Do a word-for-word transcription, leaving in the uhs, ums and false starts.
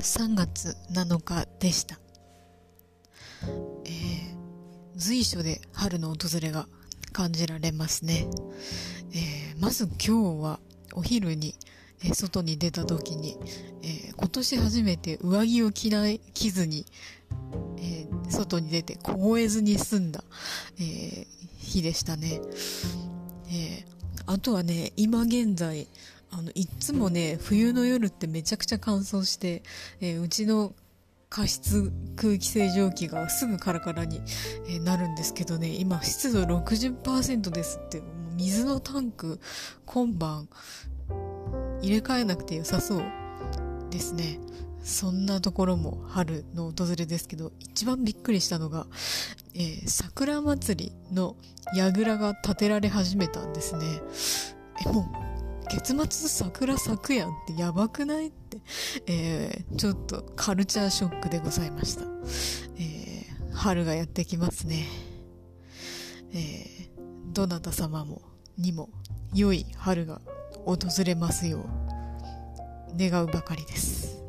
さんがつなのかでした。えー、随所で春の訪れが感じられますね。えー、まず今日はお昼に、えー、外に出た時に、えー、今年初めて上着を着ない着ずに、えー、外に出て凍えずに済んだ、えー、日でしたね。えー、あとはね、今現在あのいっつもね、冬の夜ってめちゃくちゃ乾燥して、えー、うちの加湿空気清浄機がすぐカラカラになるんですけどね、今湿度 ろくじゅっパーセント ですって、もう水のタンク今晩入れ替えなくて良さそうですね。そんなところも春の訪れですけど、一番びっくりしたのが、えー、桜祭りの櫓が建てられ始めたんですね。え、もう月末桜咲くやんってやばくないって、えー、ちょっとカルチャーショックでございました。えー、春がやってきますね。えー、どなた様もにも良い春が訪れますよう願うばかりです。